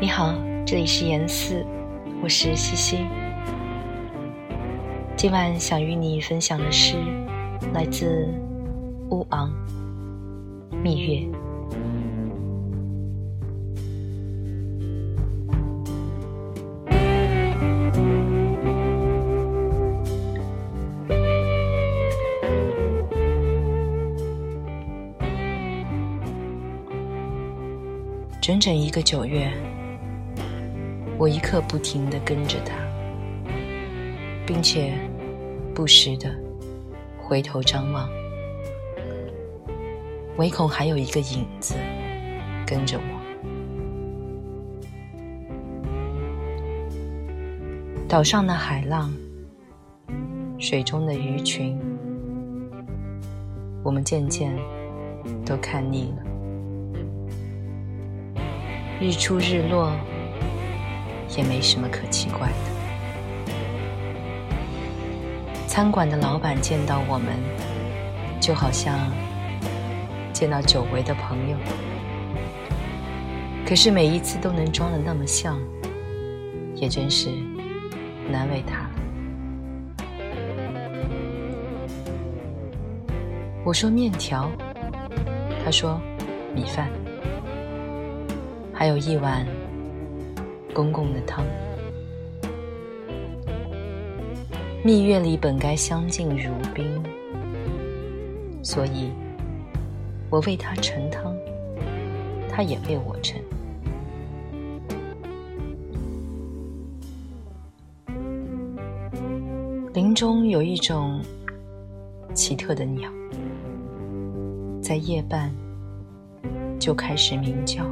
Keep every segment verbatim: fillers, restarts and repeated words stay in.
你好，这里是言思，我是西西。今晚想与你分享的诗来自乌昂蜜月。整整一个九月，我一刻不停地跟着他，并且不时地回头张望，唯恐还有一个影子跟着我。岛上的海浪，水中的鱼群，我们渐渐都看腻了。日出日落也没什么可奇怪的。餐馆的老板见到我们，就好像见到久违的朋友，可是每一次都能装得那么像，也真是难为他了。我说面条，他说米饭，还有一碗公共的汤。蜜月里本该相敬如宾，所以我为他盛汤，他也为我盛。林中有一种奇特的鸟，在夜半就开始鸣叫。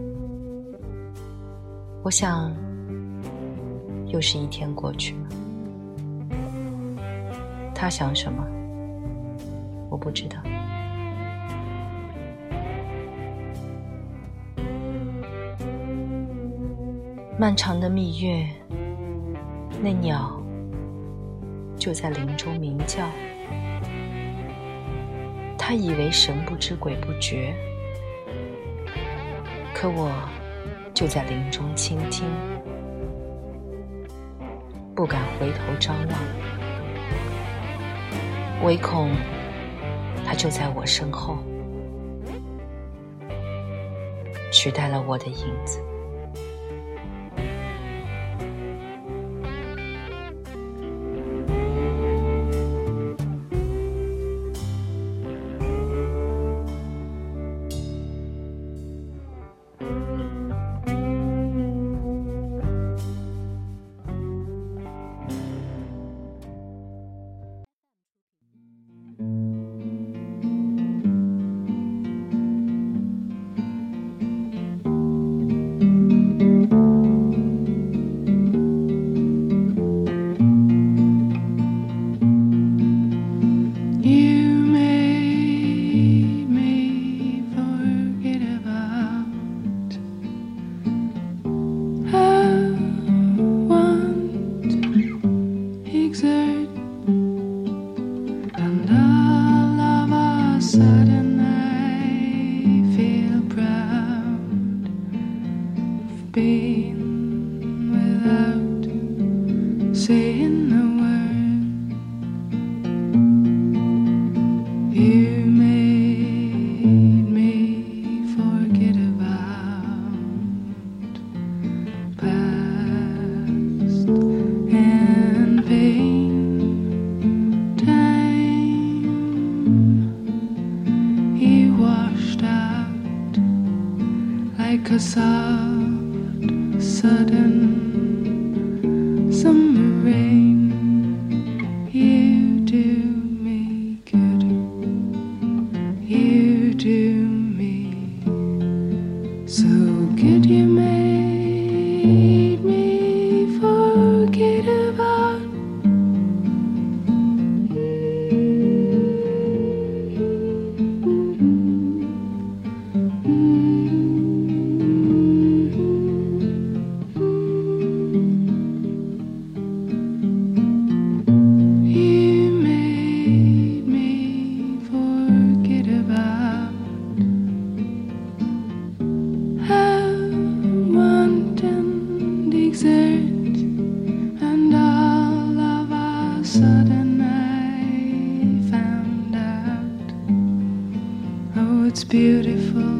我想，又是一天过去了。他想什么，我不知道。漫长的蜜月，那鸟就在林中鸣叫。他以为神不知鬼不觉，可我就在林中倾听，不敢回头张望，唯恐他就在我身后，取代了我的影子。 Saying the word, you made me forget about past and pain. Time he washed out like a soft, sudden summer rain. You do me good, you do me so good. You made me forget about it's beautiful.